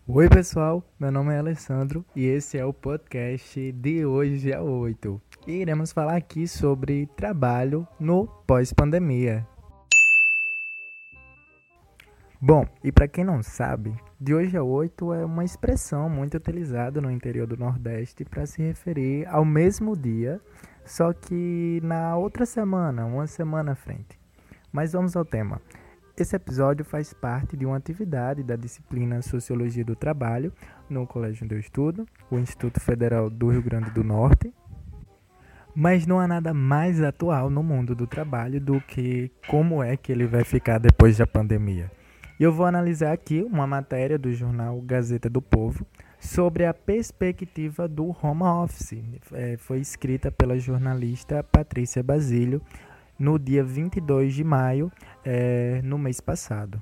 Oi pessoal, meu nome é Alessandro e esse é o podcast de hoje, dia 8. E iremos falar aqui sobre trabalho no pós-pandemia. Bom, e para quem não sabe, de hoje a 8 é uma expressão muito utilizada no interior do Nordeste para se referir ao mesmo dia, só que na outra semana, uma semana à frente. Mas vamos ao tema. Esse episódio faz parte de uma atividade da disciplina Sociologia do Trabalho no colégio onde eu estudo, o Instituto Federal do Rio Grande do Norte. Mas não há nada mais atual no mundo do trabalho do que como é que ele vai ficar depois da pandemia. E eu vou analisar aqui uma matéria do jornal Gazeta do Povo sobre a perspectiva do home office. Foi escrita pela jornalista Patrícia Basílio no dia 22 de maio, no mês passado.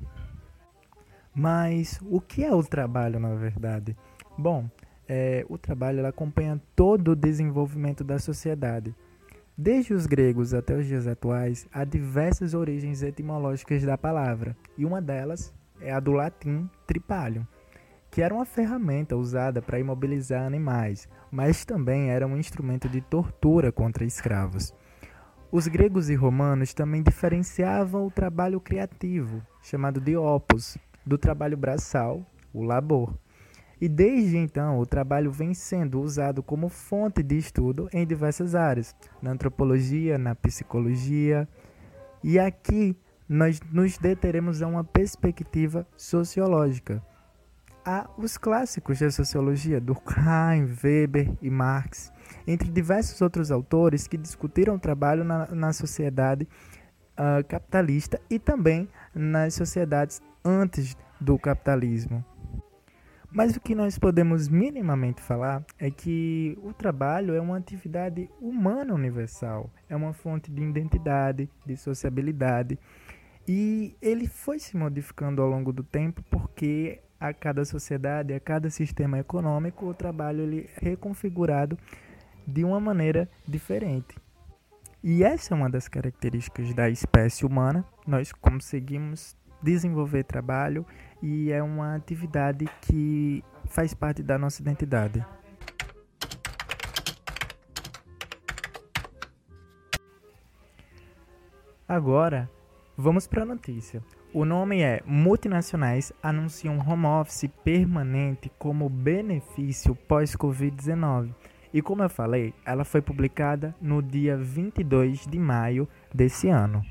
Mas o que é o trabalho, na verdade? Bom, o trabalho acompanha todo o desenvolvimento da sociedade. Desde os gregos até os dias atuais, há diversas origens etimológicas da palavra, e uma delas é a do latim tripalium, que era uma ferramenta usada para imobilizar animais, mas também era um instrumento de tortura contra escravos. Os gregos e romanos também diferenciavam o trabalho criativo, chamado de opus, do trabalho braçal, o labor. E desde então, o trabalho vem sendo usado como fonte de estudo em diversas áreas, na antropologia, na psicologia. E aqui nós nos deteremos a uma perspectiva sociológica. Há os clássicos da sociologia, Durkheim, Weber e Marx, entre diversos outros autores que discutiram o trabalho na sociedade capitalista e também nas sociedades antes do capitalismo. Mas o que nós podemos minimamente falar é que o trabalho é uma atividade humana universal, é uma fonte de identidade, de sociabilidade, e ele foi se modificando ao longo do tempo porque a cada sociedade, a cada sistema econômico, o trabalho ele é reconfigurado de uma maneira diferente. E essa é uma das características da espécie humana. Nós conseguimos desenvolver trabalho e é uma atividade que faz parte da nossa identidade. Agora, vamos para a notícia. O nome é Multinacionais anunciam home office permanente como benefício pós-Covid-19. E como eu falei, ela foi publicada no dia 22 de maio desse ano.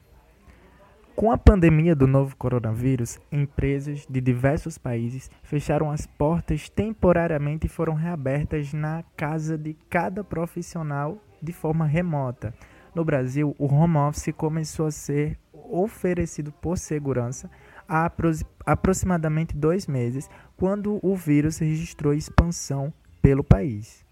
Com a pandemia do novo coronavírus, empresas de diversos países fecharam as portas temporariamente e foram reabertas na casa de cada profissional de forma remota. No Brasil, o home office começou a ser oferecido por segurança há aproximadamente 2 meses, quando o vírus registrou expansão pelo país.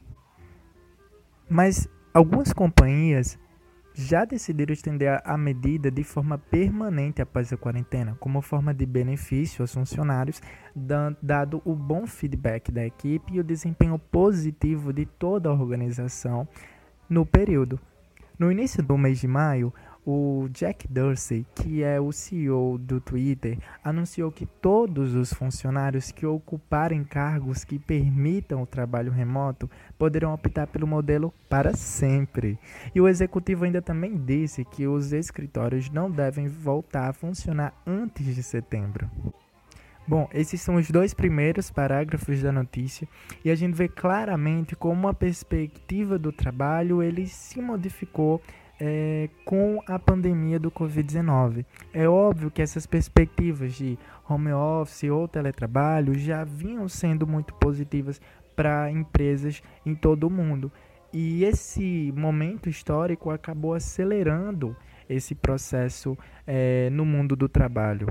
Mas algumas companhias já decidiram estender a medida de forma permanente após a quarentena, como forma de benefício aos funcionários, dado o bom feedback da equipe e o desempenho positivo de toda a organização no período. No início do mês de maio, o Jack Dorsey, que é o CEO do Twitter, anunciou que todos os funcionários que ocuparem cargos que permitam o trabalho remoto poderão optar pelo modelo para sempre. E o executivo ainda também disse que os escritórios não devem voltar a funcionar antes de setembro. Bom, esses são os 2 primeiros parágrafos da notícia e a gente vê claramente como a perspectiva do trabalho ele se modificou com a pandemia do Covid-19. É óbvio que essas perspectivas de home office ou teletrabalho já vinham sendo muito positivas para empresas em todo o mundo. E esse momento histórico acabou acelerando esse processo no mundo do trabalho.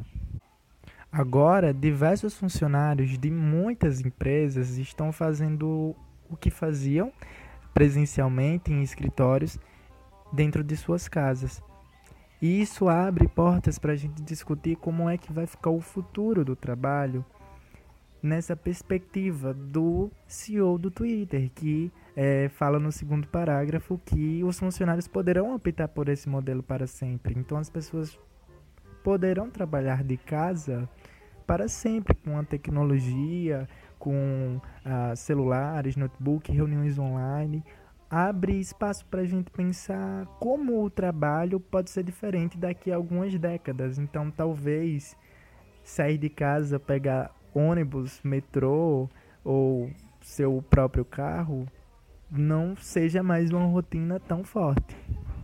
Agora, diversos funcionários de muitas empresas estão fazendo o que faziam presencialmente em escritórios dentro de suas casas. E isso abre portas para a gente discutir como é que vai ficar o futuro do trabalho nessa perspectiva do CEO do Twitter, que fala no segundo parágrafo que os funcionários poderão optar por esse modelo para sempre. Então as pessoas poderão trabalhar de casa para sempre com a tecnologia, com celulares, notebook, reuniões online. Abre espaço para a gente pensar como o trabalho pode ser diferente daqui a algumas décadas. Então, talvez sair de casa, pegar ônibus, metrô ou seu próprio carro não seja mais uma rotina tão forte.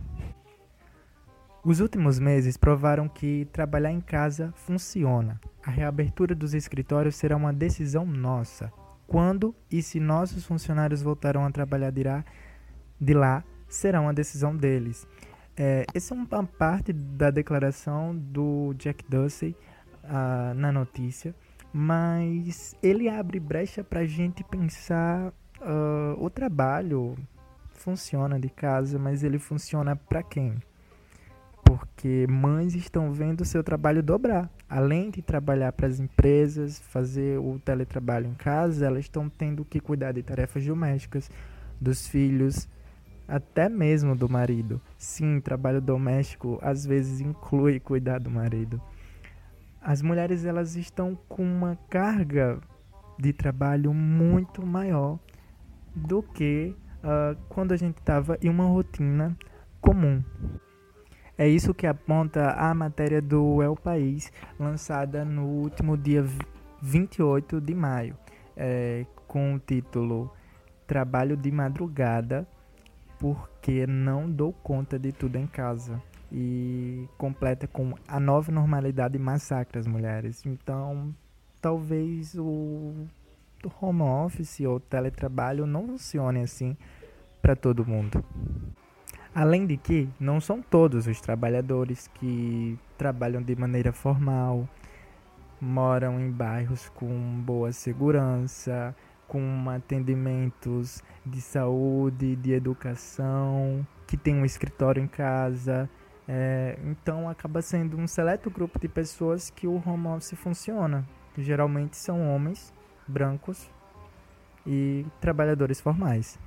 Os últimos meses provaram que trabalhar em casa funciona. A reabertura dos escritórios será uma decisão nossa. Quando e se nossos funcionários voltarão a trabalhar de lá, será uma decisão deles. Essa é uma parte da declaração do Jack Dorsey na notícia, mas ele abre brecha para a gente pensar o trabalho funciona de casa, mas ele funciona para quem? Porque mães estão vendo o seu trabalho dobrar. Além de trabalhar para as empresas, fazer o teletrabalho em casa, elas estão tendo que cuidar de tarefas domésticas, dos filhos, até mesmo do marido. Sim, trabalho doméstico às vezes inclui cuidar do marido. As mulheres elas estão com uma carga de trabalho muito maior do que quando a gente estava em uma rotina comum. É isso que aponta a matéria do El País, lançada no último dia 28 de maio, com o título Trabalho de Madrugada, porque não dou conta de tudo em casa. E completa com a nova normalidade massacra as mulheres. Então, talvez o home office ou teletrabalho não funcione assim para todo mundo. Além de que, não são todos os trabalhadores que trabalham de maneira formal, moram em bairros com boa segurança, com atendimentos de saúde, de educação, que tem um escritório em casa. Então, acaba sendo um seleto grupo de pessoas que o home office funciona, que geralmente são homens, brancos e trabalhadores formais.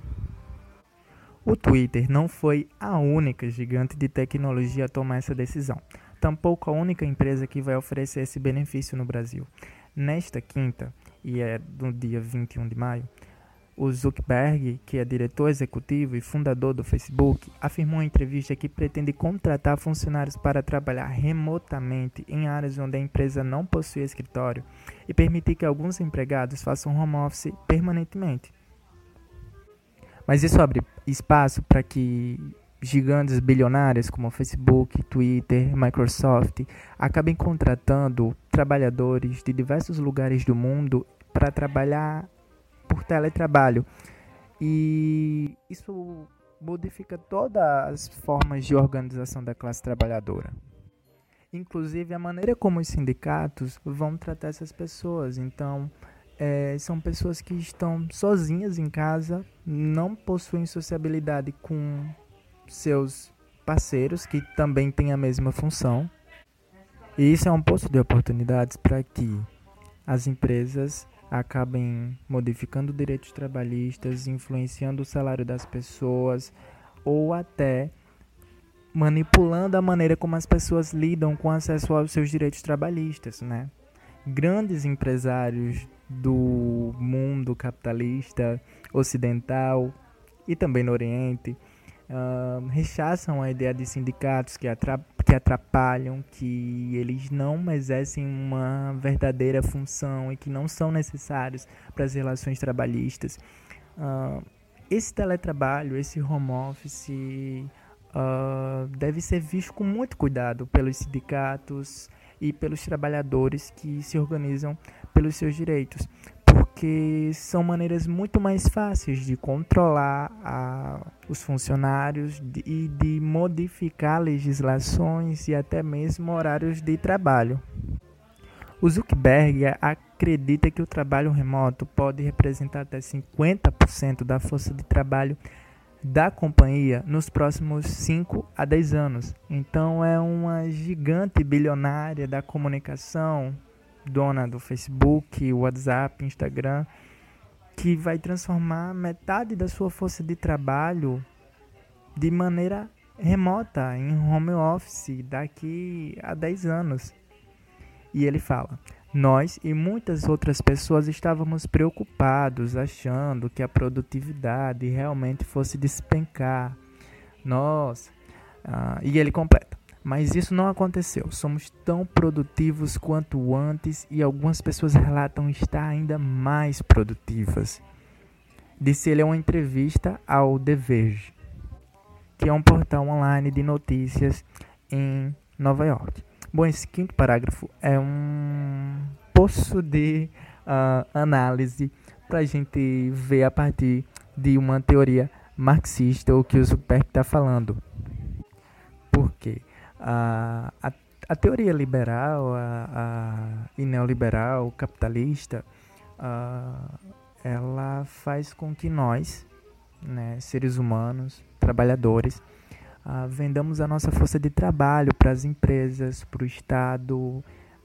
O Twitter não foi a única gigante de tecnologia a tomar essa decisão, tampouco a única empresa que vai oferecer esse benefício no Brasil. Nesta quinta, e no dia 21 de maio, o Zuckerberg, que é diretor executivo e fundador do Facebook, afirmou em entrevista que pretende contratar funcionários para trabalhar remotamente em áreas onde a empresa não possui escritório e permitir que alguns empregados façam home office permanentemente. Mas isso abre espaço para que gigantes bilionárias como Facebook, Twitter, Microsoft acabem contratando trabalhadores de diversos lugares do mundo para trabalhar por teletrabalho. E isso modifica todas as formas de organização da classe trabalhadora. Inclusive a maneira como os sindicatos vão tratar essas pessoas. Então, são pessoas que estão sozinhas em casa, não possuem sociabilidade com seus parceiros, que também têm a mesma função. E isso é um posto de oportunidades para que as empresas acabem modificando direitos trabalhistas, influenciando o salário das pessoas, ou até manipulando a maneira como as pessoas lidam com acesso aos seus direitos trabalhistas, né? Grandes empresários do mundo capitalista ocidental e também no Oriente rechaçam a ideia de sindicatos que atrapalham, que eles não exercem uma verdadeira função e que não são necessários para as relações trabalhistas. Esse teletrabalho, esse home office deve ser visto com muito cuidado pelos sindicatos e pelos trabalhadores que se organizam pelos seus direitos, porque são maneiras muito mais fáceis de controlar os funcionários e de modificar legislações e até mesmo horários de trabalho. O Zuckerberg acredita que o trabalho remoto pode representar até 50% da força de trabalho da companhia nos próximos 5 a 10 anos. Então é uma gigante bilionária da comunicação, dona do Facebook, WhatsApp, Instagram, que vai transformar metade da sua força de trabalho de maneira remota, em home office, daqui a 10 anos. E ele fala: Nós e muitas outras pessoas estávamos preocupados, achando que a produtividade realmente fosse despencar. Nossa, e ele completa. Mas isso não aconteceu. Somos tão produtivos quanto antes e algumas pessoas relatam estar ainda mais produtivas. Disse ele em uma entrevista ao The Verge, que é um portal online de notícias em Nova York. Bom, esse quinto parágrafo é um poço de análise para a gente ver a partir de uma teoria marxista o que o Zuckerberg está falando. Por quê? A teoria liberal e neoliberal, capitalista, ela faz com que nós, né, seres humanos, trabalhadores, vendamos a nossa força de trabalho para as empresas, para o Estado.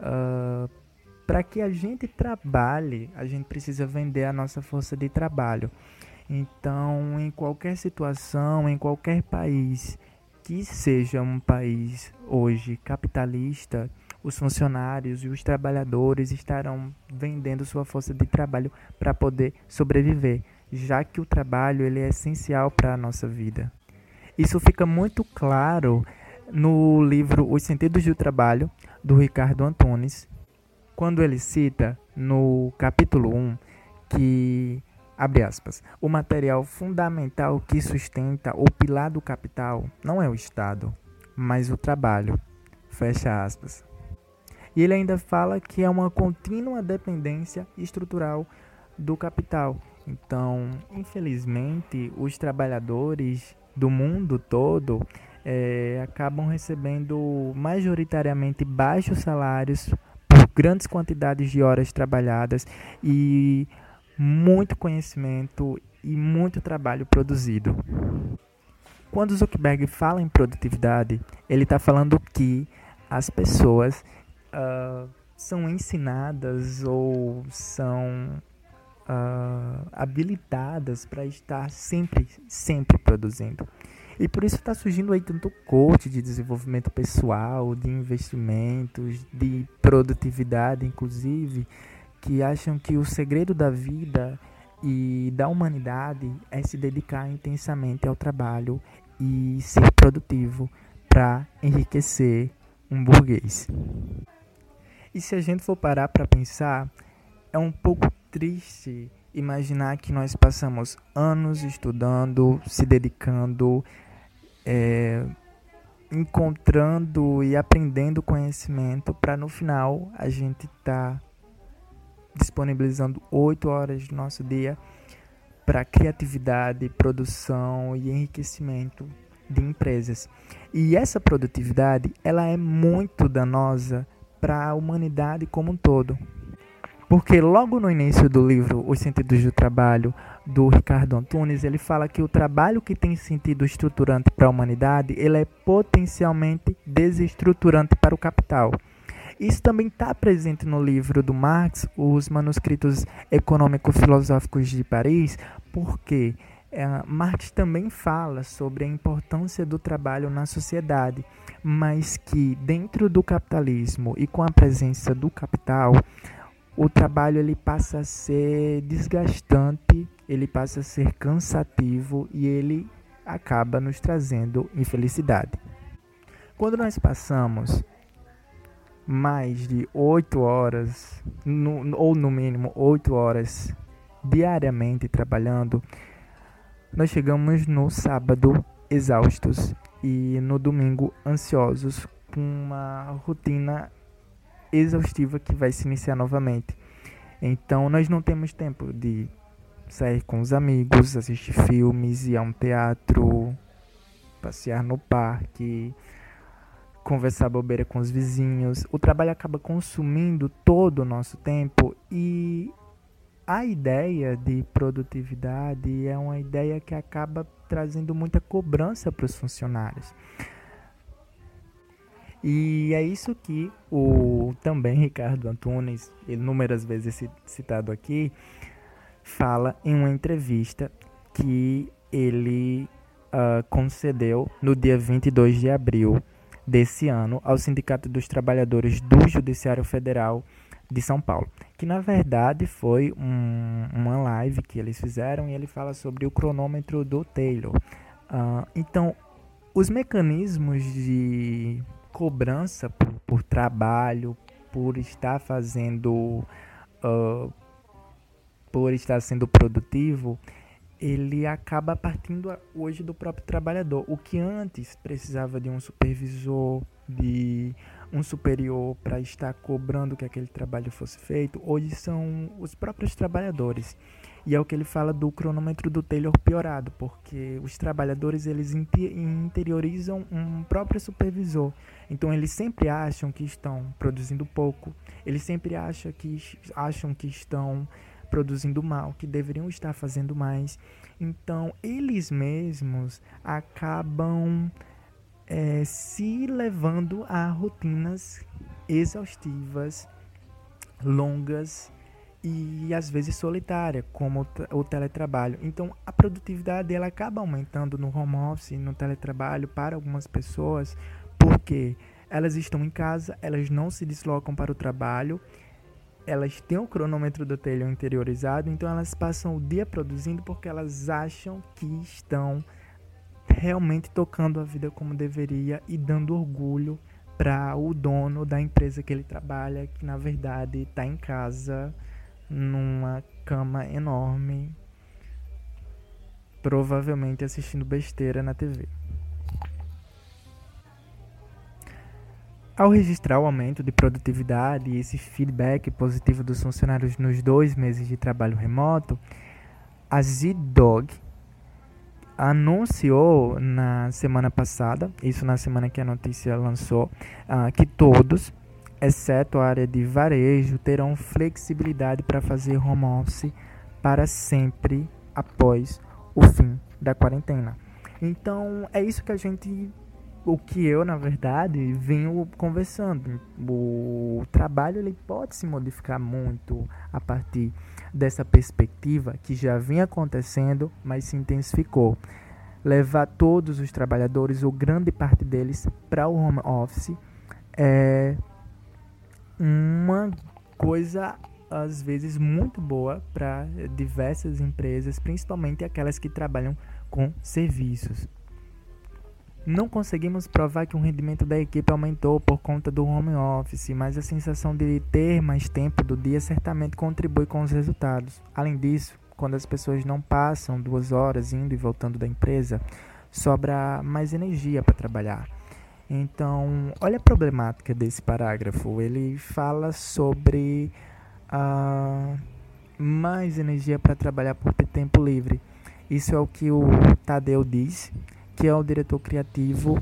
Para que a gente trabalhe, a gente precisa vender a nossa força de trabalho. Então, em qualquer situação, em qualquer país que seja um país hoje capitalista, os funcionários e os trabalhadores estarão vendendo sua força de trabalho para poder sobreviver, já que o trabalho ele é essencial para a nossa vida. Isso fica muito claro no livro Os Sentidos do Trabalho, do Ricardo Antunes, quando ele cita no capítulo 1 que, abre aspas, o material fundamental que sustenta o pilar do capital não é o Estado, mas o trabalho, fecha aspas. E ele ainda fala que é uma contínua dependência estrutural do capital. Então, infelizmente, os trabalhadores do mundo todo acabam recebendo majoritariamente baixos salários por grandes quantidades de horas trabalhadas e muito conhecimento e muito trabalho produzido. Quando Zuckerberg fala em produtividade, ele está falando que as pessoas são ensinadas ou são habilitadas para estar sempre produzindo. E por isso está surgindo aí tanto coach de desenvolvimento pessoal, de investimentos, de produtividade, inclusive, que acham que o segredo da vida e da humanidade é se dedicar intensamente ao trabalho e ser produtivo para enriquecer um burguês. E se a gente for parar para pensar, é um pouco triste imaginar que nós passamos anos estudando, se dedicando, encontrando e aprendendo conhecimento para no final a gente estar disponibilizando 8 horas do nosso dia para criatividade, produção e enriquecimento de empresas. E essa produtividade ela é muito danosa para a humanidade como um todo. Porque logo no início do livro Os Sentidos do Trabalho, do Ricardo Antunes, ele fala que o trabalho que tem sentido estruturante para a humanidade, ele é potencialmente desestruturante para o capital. Isso também está presente no livro do Marx, Os Manuscritos Econômico-Filosóficos de Paris, porque Marx também fala sobre a importância do trabalho na sociedade, mas que dentro do capitalismo e com a presença do capital, o trabalho ele passa a ser desgastante, ele passa a ser cansativo e ele acaba nos trazendo infelicidade. Quando nós passamos mais de 8 horas, ou no mínimo 8 horas diariamente trabalhando, nós chegamos no sábado exaustos e no domingo ansiosos com uma rotina exaustiva que vai se iniciar novamente. Então nós não temos tempo de sair com os amigos, assistir filmes, ir a um teatro, passear no parque, conversar bobeira com os vizinhos. O trabalho acaba consumindo todo o nosso tempo e a ideia de produtividade é uma ideia que acaba trazendo muita cobrança para os funcionários. E é isso que o também Ricardo Antunes, inúmeras vezes citado aqui, fala em uma entrevista que ele concedeu no dia 22 de abril desse ano ao Sindicato dos Trabalhadores do Judiciário Federal de São Paulo, que na verdade foi uma live que eles fizeram e ele fala sobre o cronômetro do Taylor. Então, os mecanismos de cobrança por trabalho, por estar fazendo, uh, por estar sendo produtivo, ele acaba partindo hoje do próprio trabalhador. O que antes precisava de um supervisor, de um superior para estar cobrando que aquele trabalho fosse feito, hoje são os próprios trabalhadores. E é o que ele fala do cronômetro do Taylor piorado, porque os trabalhadores eles interiorizam um próprio supervisor. Então eles sempre acham que estão produzindo pouco, eles sempre acham que estão produzindo mal, que deveriam estar fazendo mais. Então eles mesmos acabam se levando a rotinas exaustivas, longas e às vezes solitária, como o teletrabalho. Então a produtividade ela acaba aumentando no home office, no teletrabalho para algumas pessoas, porque elas estão em casa, elas não se deslocam para o trabalho, elas têm o cronômetro do Taylor interiorizado, então elas passam o dia produzindo porque elas acham que estão realmente tocando a vida como deveria e dando orgulho para o dono da empresa que ele trabalha, que na verdade está em casa, numa cama enorme, provavelmente assistindo besteira na TV. Ao registrar o aumento de produtividade e esse feedback positivo dos funcionários nos 2 meses de trabalho remoto, a Z-Dog anunciou na semana passada, isso na semana que a notícia lançou, que todos, exceto a área de varejo, terão flexibilidade para fazer home office para sempre após o fim da quarentena. Então, é isso que o que eu, na verdade, venho conversando. O trabalho ele pode se modificar muito a partir dessa perspectiva que já vinha acontecendo, mas se intensificou. Levar todos os trabalhadores, ou grande parte deles, para o home office é uma coisa, às vezes, muito boa para diversas empresas, principalmente aquelas que trabalham com serviços. Não conseguimos provar que o rendimento da equipe aumentou por conta do home office, mas a sensação de ter mais tempo do dia certamente contribui com os resultados. Além disso, quando as pessoas não passam 2 horas indo e voltando da empresa, sobra mais energia para trabalhar. Então, olha a problemática desse parágrafo. Ele fala sobre mais energia para trabalhar por ter tempo livre. Isso é o que o Tadeu diz, que é o diretor criativo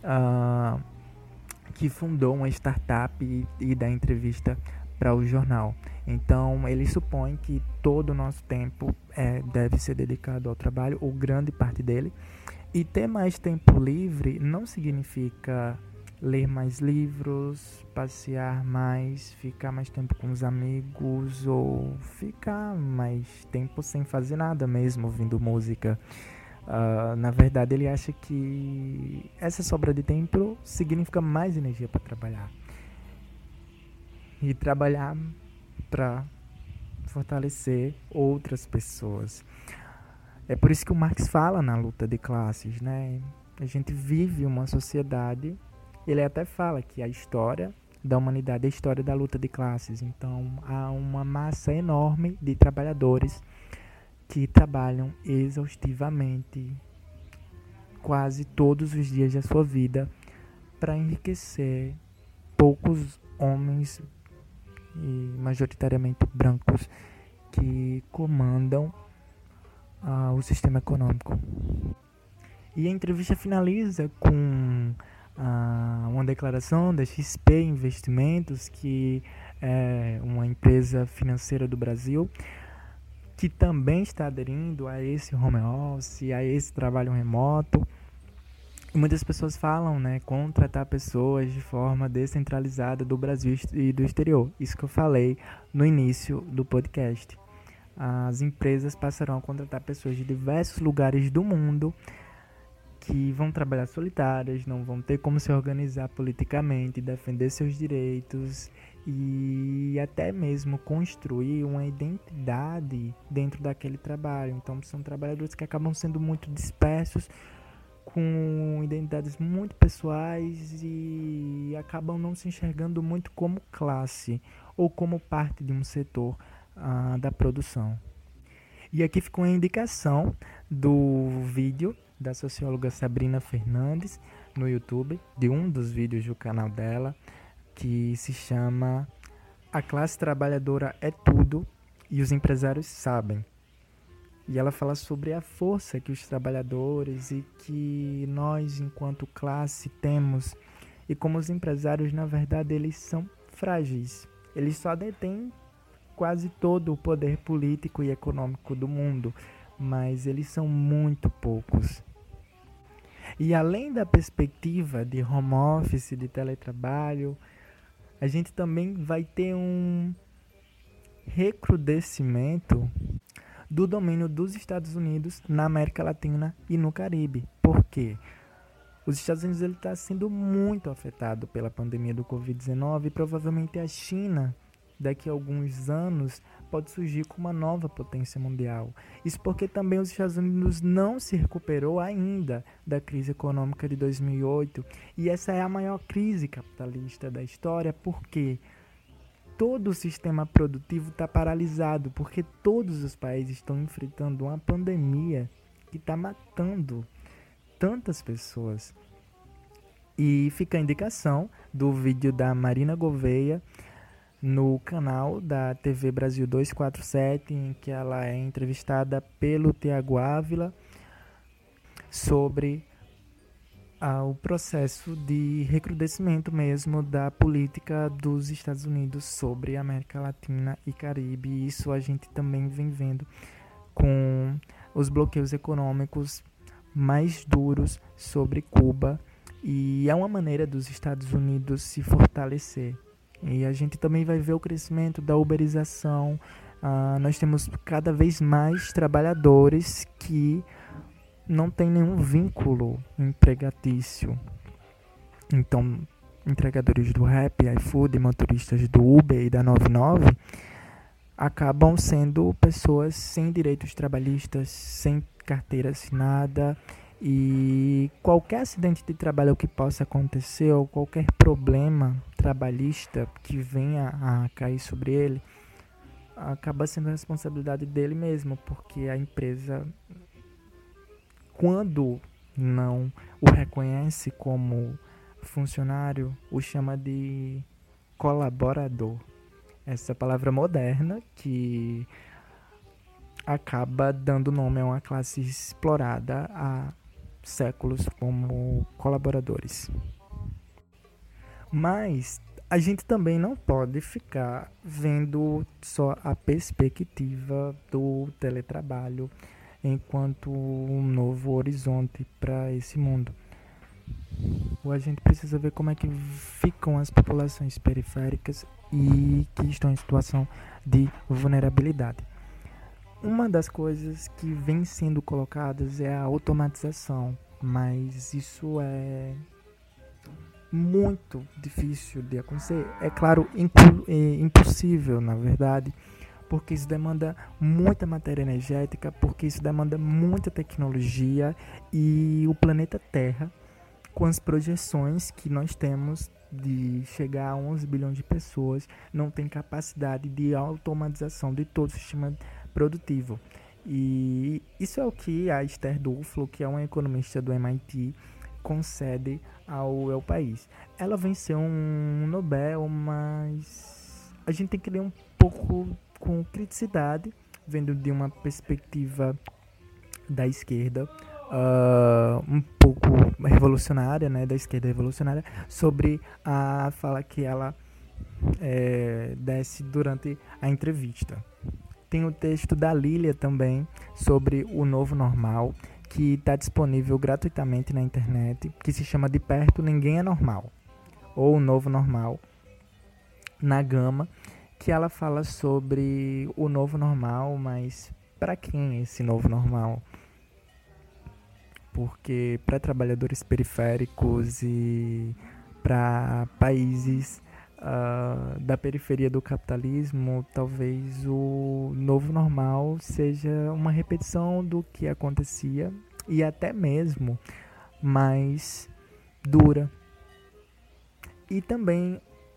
que fundou uma startup e dá entrevista para o jornal. Então, ele supõe que todo o nosso tempo deve ser dedicado ao trabalho, ou grande parte dele. E ter mais tempo livre não significa ler mais livros, passear mais, ficar mais tempo com os amigos, ou ficar mais tempo sem fazer nada mesmo, ouvindo música. Na verdade, ele acha que essa sobra de tempo significa mais energia para trabalhar. E trabalhar para fortalecer outras pessoas. É por isso que o Marx fala na luta de classes, né? A gente vive uma sociedade, ele até fala que a história da humanidade é a história da luta de classes. Então, há uma massa enorme de trabalhadores que trabalham exaustivamente quase todos os dias da sua vida para enriquecer poucos homens, e majoritariamente brancos, que comandam o sistema econômico. E a entrevista finaliza com uma declaração da XP Investimentos, que é uma empresa financeira do Brasil, que também está aderindo a esse home office, a esse trabalho remoto. E muitas pessoas falam, né, contratar pessoas de forma descentralizada do Brasil e do exterior. Isso que eu falei no início do podcast. As empresas passarão a contratar pessoas de diversos lugares do mundo que vão trabalhar solitárias, não vão ter como se organizar politicamente, defender seus direitos e até mesmo construir uma identidade dentro daquele trabalho. Então são trabalhadores que acabam sendo muito dispersos, com identidades muito pessoais e acabam não se enxergando muito como classe ou como parte de um setor da produção. E aqui ficou a indicação do vídeo da socióloga Sabrina Fernandes no YouTube, de um dos vídeos do canal dela, que se chama A Classe Trabalhadora é Tudo e os Empresários Sabem. E ela fala sobre a força que os trabalhadores e que nós, enquanto classe, temos, e como os empresários, na verdade, eles são frágeis. Eles só detêm quase todo o poder político e econômico do mundo, mas eles são muito poucos. E além da perspectiva de home office, de teletrabalho, a gente também vai ter um recrudescimento do domínio dos Estados Unidos na América Latina e no Caribe. Por quê? Os Estados Unidos está sendo muito afetado pela pandemia do Covid-19 e provavelmente a China, daqui a alguns anos, pode surgir como uma nova potência mundial. Isso porque também os Estados Unidos não se recuperou ainda da crise econômica de 2008. E essa é a maior crise capitalista da história, porque todo o sistema produtivo está paralisado, porque todos os países estão enfrentando uma pandemia que está matando tantas pessoas. E fica a indicação do vídeo da Marina Gouveia no canal da TV Brasil 247, em que ela é entrevistada pelo Tiago Ávila sobre o processo de recrudescimento mesmo da política dos Estados Unidos sobre a América Latina e Caribe. E isso a gente também vem vendo com os bloqueios econômicos mais duros sobre Cuba, e é uma maneira dos Estados Unidos se fortalecer. E a gente também vai ver o crescimento da uberização. Nós temos cada vez mais trabalhadores que não têm nenhum vínculo empregatício. Então, entregadores do Rap, iFood, motoristas do Uber e da 99 acabam sendo pessoas sem direitos trabalhistas, sem carteira assinada, e qualquer acidente de trabalho que possa acontecer ou qualquer problema trabalhista que venha a cair sobre ele acaba sendo a responsabilidade dele mesmo, porque a empresa, quando não o reconhece como funcionário, o chama de colaborador. Essa palavra moderna que acaba dando nome a uma classe explorada há séculos como colaboradores. Mas a gente também não pode ficar vendo só a perspectiva do teletrabalho enquanto um novo horizonte para esse mundo. A gente precisa ver como é que ficam as populações periféricas e que estão em situação de vulnerabilidade. Uma das coisas que vem sendo colocadas é a automatização, mas isso é muito difícil de acontecer. É claro, impossível, na verdade, porque isso demanda muita matéria energética, porque isso demanda muita tecnologia, e o planeta Terra, com as projeções que nós temos de chegar a 11 bilhões de pessoas, não tem capacidade de automatização de todo o sistema produtivo. E isso é o que a Esther Duflo, que é uma economista do MIT, concede ao país. Ela venceu um Nobel, mas a gente tem que ler um pouco com criticidade, vendo de uma perspectiva da esquerda, um pouco revolucionária, né, da esquerda revolucionária, sobre a fala que ela desse durante a entrevista. Tem o texto da Lilia também sobre o novo normal, que está disponível gratuitamente na internet, que se chama De Perto Ninguém é Normal, ou o Novo Normal, na Gama, que ela fala sobre o novo normal, mas para quem é esse novo normal? Porque para trabalhadores periféricos e para países da periferia do capitalismo, talvez o novo normal seja uma repetição do que acontecia e até mesmo mais dura. E também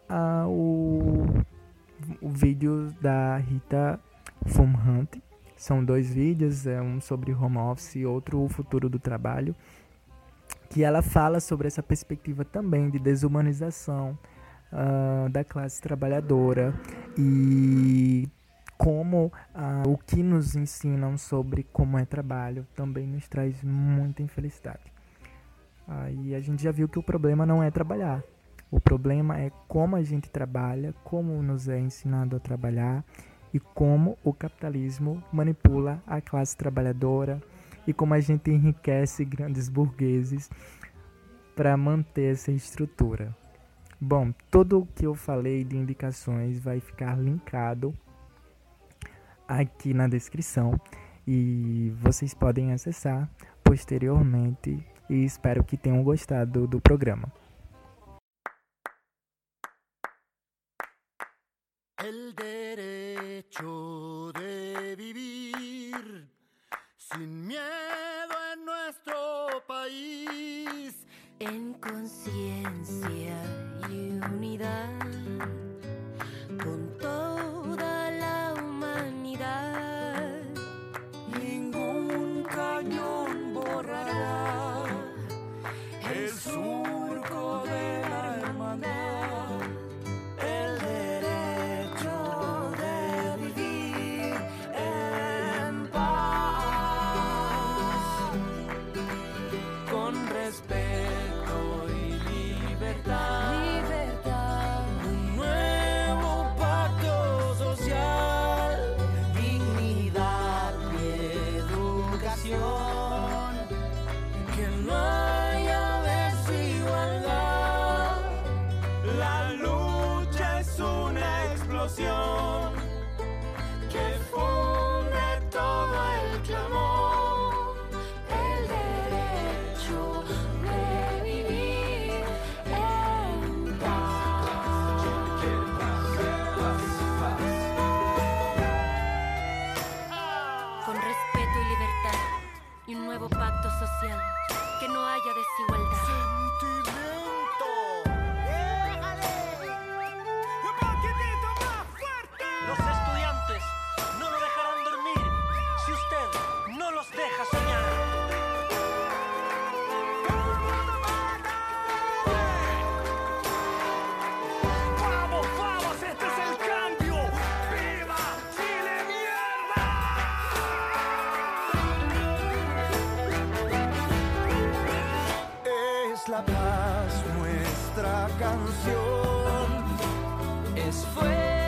o vídeo da Rita Von Hunt. São 2 vídeos, um sobre home office e outro o futuro do trabalho, que ela fala sobre essa perspectiva também de desumanização da classe trabalhadora e como o que nos ensinam sobre como é trabalho também nos traz muita infelicidade. E a gente já viu que o problema não é trabalhar. O problema é como a gente trabalha, como nos é ensinado a trabalhar e como o capitalismo manipula a classe trabalhadora e como a gente enriquece grandes burgueses para manter essa estrutura. Bom, tudo o que eu falei de indicações vai ficar linkado aqui na descrição e vocês podem acessar posteriormente e espero que tenham gostado do programa. El derecho de vivir sin miedo en nuestro país, en conciencia y unidad, con toda la humanidad. Ningún cañón borrará el surco de la hermandad. El derecho de vivir en paz, con respeto y libertad. Un nuevo pacto social, dignidad y educación, que no haya desigualdad. La lucha es una explosión que funde todo el clamor. El derecho de vivir en paz. Con respeto y libertad y un nuevo pacto social, que no haya desigualdad. Los estudiantes no lo dejarán dormir si usted no los deja soñar. ¡Vamos, vamos! ¡Este es el cambio! ¡Viva Chile, mierda! Es la paz nuestra canción, es fuego.